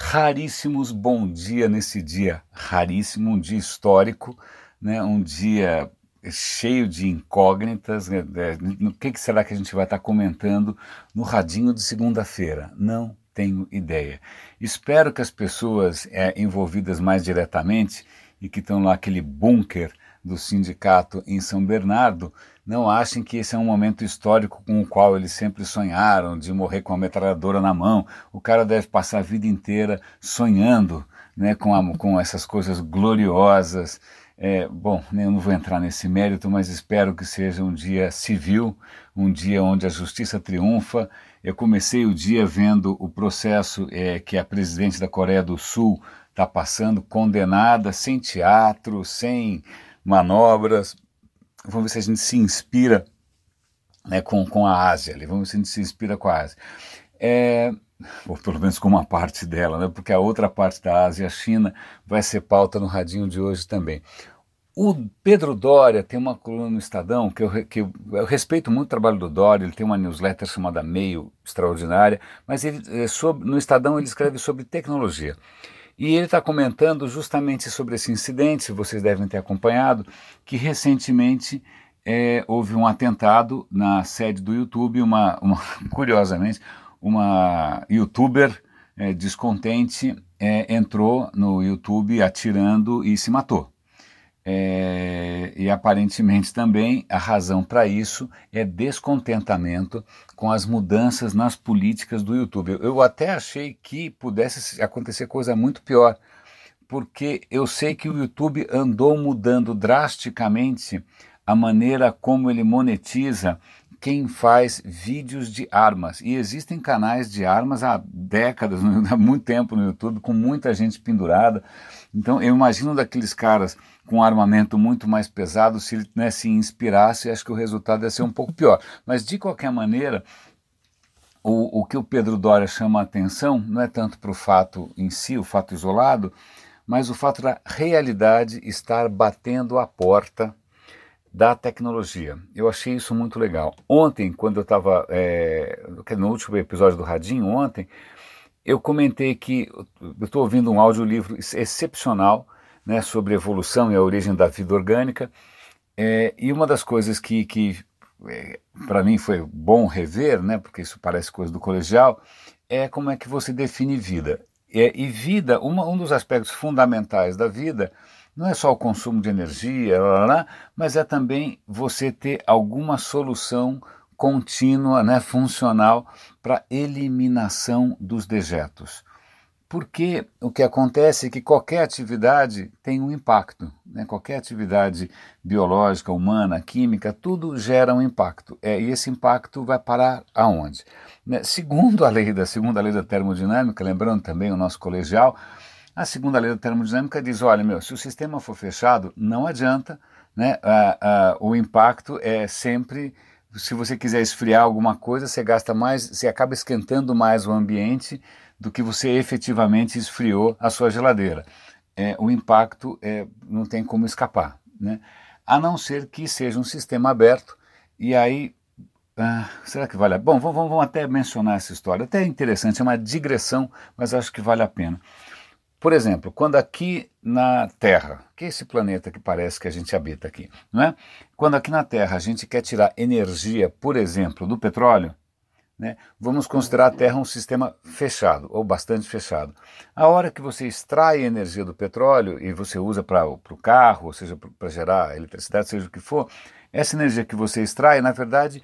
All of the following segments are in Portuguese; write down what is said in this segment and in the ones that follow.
Raríssimos bom dia nesse dia raríssimo, um dia histórico, né? Um dia cheio de incógnitas, né? No que será que a gente vai estar comentando no radinho de segunda-feira? Não tenho ideia. Espero que as pessoas envolvidas mais diretamente e que estão lá aquele bunker do sindicato em São Bernardo não achem que esse é um momento histórico com o qual eles sempre sonharam, de morrer com a metralhadora na mão. O cara deve passar a vida inteira sonhando, né, com essas coisas gloriosas. Bom, eu não vou entrar nesse mérito, mas espero que seja um dia civil, um dia onde a justiça triunfa. Eu comecei o dia vendo o processo que a presidente da Coreia do Sul está passando, condenada, sem teatro, sem manobras. Vamos ver se a gente se inspira, né, com a Ásia, vamos ver se a gente se inspira com a Ásia. Ou pelo menos com uma parte dela, né, porque a outra parte da Ásia, a China, vai ser pauta no radinho de hoje também. O Pedro Doria tem uma coluna no Estadão, que eu respeito muito o trabalho do Doria, ele tem uma newsletter chamada Meio, extraordinária, mas no Estadão ele escreve sobre tecnologia. E ele está comentando justamente sobre esse incidente, vocês devem ter acompanhado, que recentemente houve um atentado na sede do YouTube, curiosamente, uma youtuber descontente entrou no YouTube atirando e se matou. E aparentemente também a razão para isso é descontentamento com as mudanças nas políticas do YouTube. Eu até achei que pudesse acontecer coisa muito pior, porque eu sei que o YouTube andou mudando drasticamente a maneira como ele monetiza quem faz vídeos de armas. E existem canais de armas há décadas, há muito tempo no YouTube, com muita gente pendurada. Então eu imagino daqueles caras com armamento muito mais pesado, se ele, né, se inspirasse, acho que o resultado ia ser um pouco pior. Mas de qualquer maneira, o que o Pedro Doria chama a atenção não é tanto para o fato em si, o fato isolado, mas o fato da realidade estar batendo a porta da tecnologia. Eu achei isso muito legal. Ontem, quando eu estava, no último episódio do Radinho, ontem, eu comentei que eu estou ouvindo um audiolivro excepcional, né, sobre a evolução e a origem da vida orgânica, e uma das coisas que para mim foi bom rever, né, porque isso parece coisa do colegial, é como é que você define vida. E vida, um dos aspectos fundamentais da vida não é só o consumo de energia, mas é também você ter alguma solução contínua, né, funcional para eliminação dos dejetos. Porque o que acontece é que qualquer atividade tem um impacto, né? Qualquer atividade biológica, humana, química, tudo gera um impacto. E esse impacto vai parar aonde? Né? Segundo a lei da termodinâmica, lembrando também o nosso colegial, a segunda lei da termodinâmica diz, olha, se o sistema for fechado, não adianta, né? O impacto é sempre, se você quiser esfriar alguma coisa, você gasta mais, você acaba esquentando mais o ambiente do que você efetivamente esfriou a sua geladeira. O impacto não tem como escapar, né? A não ser que seja um sistema aberto, e aí, será que vale a pena? Bom, vamos até mencionar essa história, até é interessante, é uma digressão, mas acho que vale a pena. Por exemplo, quando aqui na Terra, que é esse planeta que parece que a gente habita aqui, não é? Quando aqui na Terra a gente quer tirar energia, por exemplo, do petróleo, né, vamos considerar a Terra um sistema fechado, ou bastante fechado. A hora que você extrai a energia do petróleo e você usa para o carro, ou seja, para gerar eletricidade, seja o que for, essa energia que você extrai, na verdade,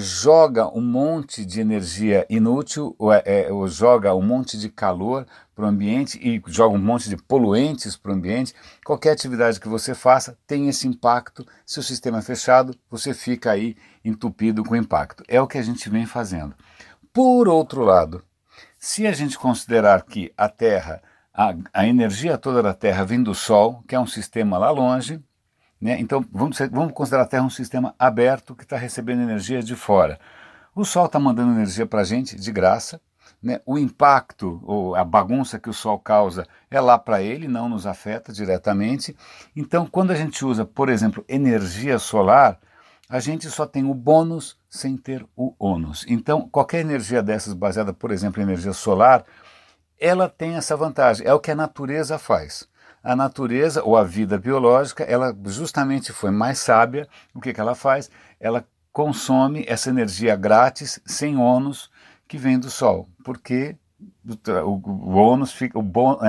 joga um monte de energia inútil, ou joga um monte de calor para o ambiente e joga um monte de poluentes para o ambiente. Qualquer atividade que você faça tem esse impacto. Se o sistema é fechado, você fica aí entupido com impacto. É o que a gente vem fazendo. Por outro lado, se a gente considerar que a Terra, a energia toda da Terra vem do Sol, que é um sistema lá longe, né? Então vamos considerar a Terra um sistema aberto que está recebendo energia de fora. O Sol está mandando energia para a gente de graça, né? O impacto ou a bagunça que o Sol causa é lá para ele, não nos afeta diretamente. Então, quando a gente usa, por exemplo, energia solar, a gente só tem o bônus sem ter o ônus. Então, qualquer energia dessas baseada, por exemplo, em energia solar, ela tem essa vantagem, é o que a natureza faz. A natureza, ou a vida biológica, ela justamente foi mais sábia. O que ela faz? Ela consome essa energia grátis, sem ônus, que vem do Sol, porque o ônus fica,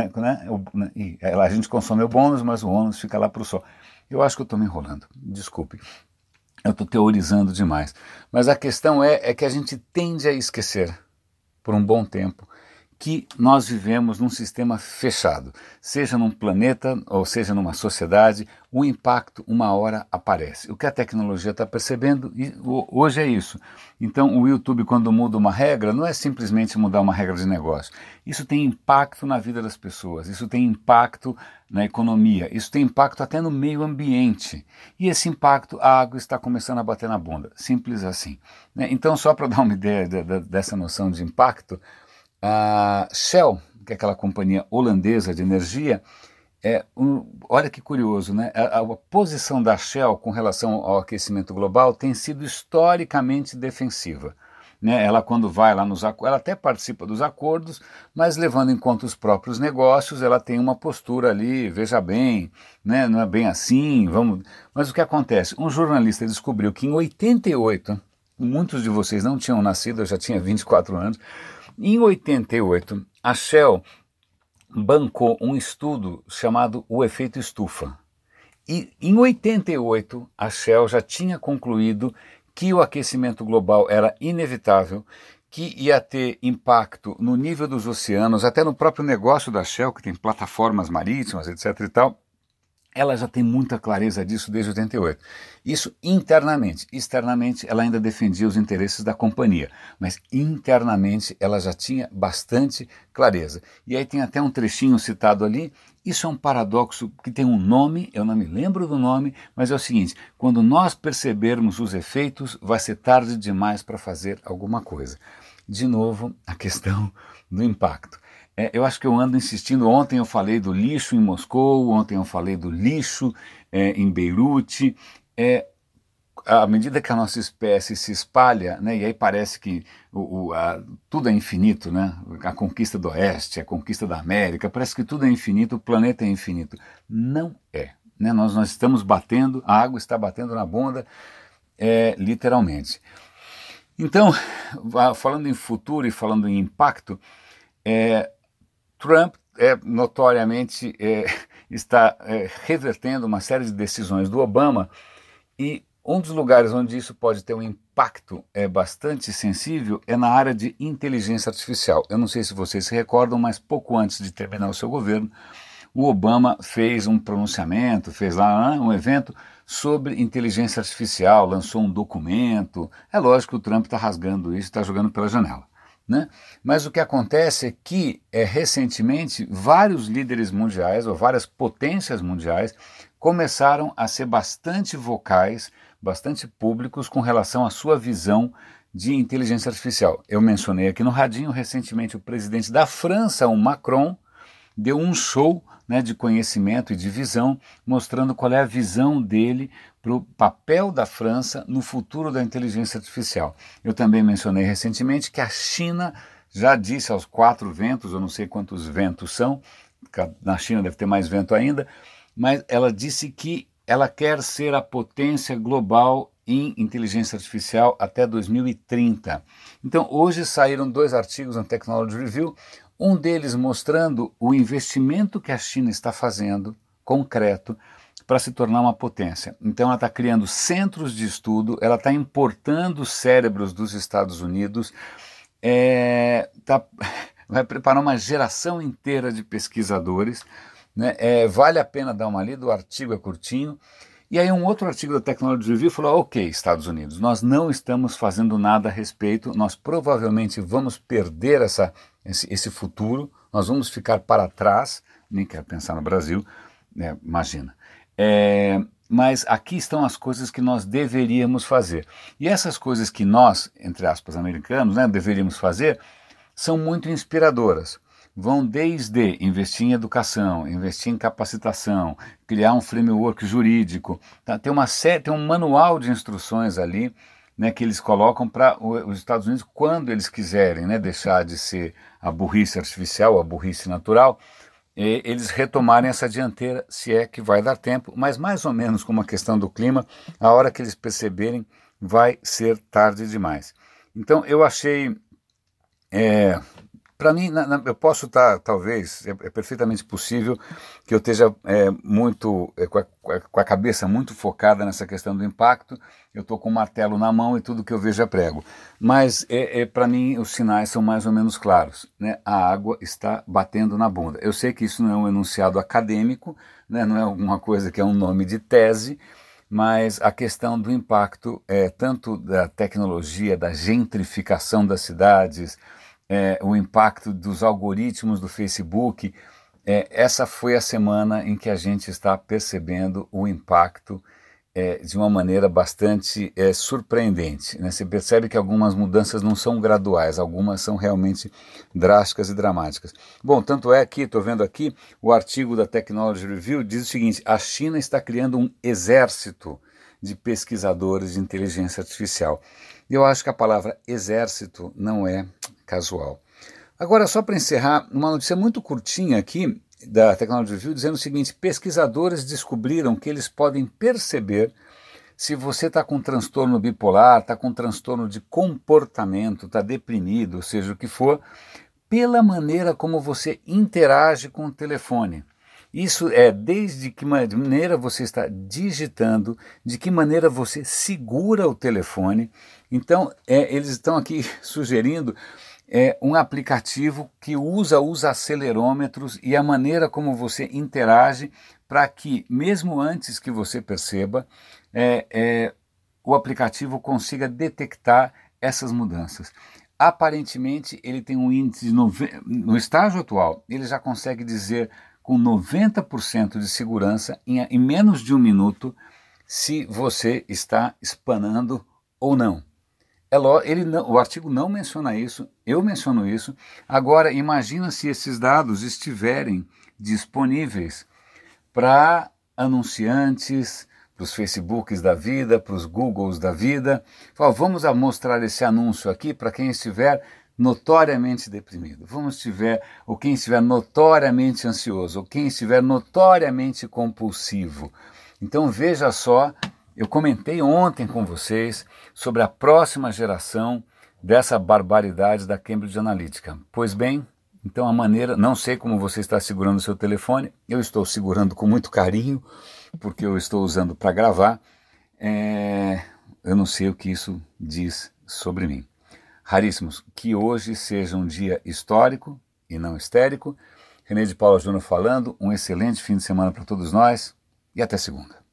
a gente consome o bônus, mas o ônus fica lá para o Sol. Eu acho que eu estou me enrolando, desculpe. Eu estou teorizando demais. Mas a questão é que a gente tende a esquecer, por um bom tempo, que nós vivemos num sistema fechado. Seja num planeta ou seja numa sociedade, o impacto uma hora aparece. O que a tecnologia está percebendo hoje é isso. Então o YouTube, quando muda uma regra, não é simplesmente mudar uma regra de negócio. Isso tem impacto na vida das pessoas, isso tem impacto na economia, isso tem impacto até no meio ambiente. E esse impacto, a água está começando a bater na bunda. Simples assim. Então, só para dar uma ideia dessa noção de impacto, a Shell, que é aquela companhia holandesa de energia, olha que curioso, né? A posição da Shell com relação ao aquecimento global tem sido historicamente defensiva. Né? Ela, quando vai lá nos acordos, ela até participa dos acordos, mas levando em conta os próprios negócios, ela tem uma postura ali, veja bem, né? Não é bem assim, vamos. Mas o que acontece? Um jornalista descobriu que em 88, muitos de vocês não tinham nascido, eu já tinha 24 anos, em 88, a Shell bancou um estudo chamado o efeito estufa. E em 88, a Shell já tinha concluído que o aquecimento global era inevitável, que ia ter impacto no nível dos oceanos, até no próprio negócio da Shell, que tem plataformas marítimas, etc. e tal. Ela já tem muita clareza disso desde 88. Isso internamente. Externamente, ela ainda defendia os interesses da companhia, mas internamente ela já tinha bastante clareza. E aí tem até um trechinho citado ali. Isso é um paradoxo que tem um nome, eu não me lembro do nome, mas é o seguinte: quando nós percebermos os efeitos, vai ser tarde demais para fazer alguma coisa. De novo, a questão do impacto. Eu acho que eu ando insistindo. Ontem eu falei do lixo em Moscou, ontem eu falei do lixo em Beirute. À medida que a nossa espécie se espalha, né, e aí parece que tudo é infinito, né? A conquista do Oeste, a conquista da América, parece que tudo é infinito, o planeta é infinito. Não é. Né? Nós estamos batendo, a água está batendo na bunda, literalmente. Então, falando em futuro e falando em impacto, Trump notoriamente está revertendo uma série de decisões do Obama, e um dos lugares onde isso pode ter um impacto bastante sensível é na área de inteligência artificial. Eu não sei se vocês se recordam, mas pouco antes de terminar o seu governo, o Obama fez um pronunciamento, fez lá um evento sobre inteligência artificial, lançou um documento. É lógico que o Trump está rasgando isso, está jogando pela janela. Né? Mas o que acontece é que, recentemente, vários líderes mundiais, ou várias potências mundiais, começaram a ser bastante vocais, bastante públicos com relação à sua visão de inteligência artificial. Eu mencionei aqui no Radinho, recentemente, o presidente da França, o Macron, deu um show, né, de conhecimento e de visão, mostrando qual é a visão dele para o papel da França no futuro da inteligência artificial. Eu também mencionei recentemente que a China já disse aos 4 ventos, eu não sei quantos ventos são, na China deve ter mais vento ainda, mas ela disse que ela quer ser a potência global em inteligência artificial até 2030. Então, hoje saíram 2 artigos no Technology Review, um deles mostrando o investimento que a China está fazendo, concreto, para se tornar uma potência. Então ela está criando centros de estudo, ela está importando cérebros dos Estados Unidos, vai preparar uma geração inteira de pesquisadores, né? Vale a pena dar uma lida, o artigo é curtinho. E aí um outro artigo da Technology Review falou: ok, Estados Unidos, nós não estamos fazendo nada a respeito, nós provavelmente vamos perder esse futuro, nós vamos ficar para trás, nem quero pensar no Brasil, imagina. Mas aqui estão as coisas que nós deveríamos fazer. E essas coisas que nós, entre aspas, americanos, né, deveríamos fazer, são muito inspiradoras. Vão desde investir em educação, investir em capacitação, criar um framework jurídico. Tá? Tem um manual de instruções ali, né, que eles colocam para os Estados Unidos quando eles quiserem, né, deixar de ser a burrice artificial, a burrice natural, eles retomarem essa dianteira, se é que vai dar tempo, mas mais ou menos como a questão do clima, a hora que eles perceberem vai ser tarde demais. Então eu achei, para mim, eu posso estar, talvez, é perfeitamente possível que eu esteja com a cabeça muito focada nessa questão do impacto, eu estou com o martelo na mão e tudo que eu vejo é prego. Mas, para mim, os sinais são mais ou menos claros, né? A água está batendo na bunda. Eu sei que isso não é um enunciado acadêmico, né? Não é alguma coisa que é um nome de tese, mas a questão do impacto, tanto da tecnologia, da gentrificação das cidades, o impacto dos algoritmos do Facebook, essa foi a semana em que a gente está percebendo o impacto de uma maneira bastante surpreendente, né? Você percebe que algumas mudanças não são graduais, algumas são realmente drásticas e dramáticas. Bom, tanto é que, estou vendo aqui, o artigo da Technology Review diz o seguinte: a China está criando um exército de pesquisadores de inteligência artificial. Eu acho que a palavra exército não é casual. Agora, só para encerrar, uma notícia muito curtinha aqui da Technology Review dizendo o seguinte: pesquisadores descobriram que eles podem perceber se você está com transtorno bipolar, está com transtorno de comportamento, está deprimido, ou seja, o que for, pela maneira como você interage com o telefone. Isso é desde que maneira você está digitando, de que maneira você segura o telefone. Então, eles estão aqui sugerindo um aplicativo que usa os acelerômetros e a maneira como você interage para que, mesmo antes que você perceba, o aplicativo consiga detectar essas mudanças. Aparentemente, ele tem um índice, no estágio atual, ele já consegue dizer com 90% de segurança, em menos de um minuto, se você está espanando ou não. O artigo não menciona isso, eu menciono isso. Agora, imagina se esses dados estiverem disponíveis para anunciantes, para os Facebooks da vida, para os Googles da vida. Vamos mostrar esse anúncio aqui para quem estiver notoriamente deprimido, ou quem estiver notoriamente ansioso, ou quem estiver notoriamente compulsivo. Então veja só, eu comentei ontem com vocês sobre a próxima geração dessa barbaridade da Cambridge Analytica. Pois bem, então a maneira, não sei como você está segurando o seu telefone, eu estou segurando com muito carinho, porque eu estou usando para gravar, eu não sei o que isso diz sobre mim. Raríssimos, que hoje seja um dia histórico e não histérico. René de Paula Júnior falando, um excelente fim de semana para todos nós e até segunda.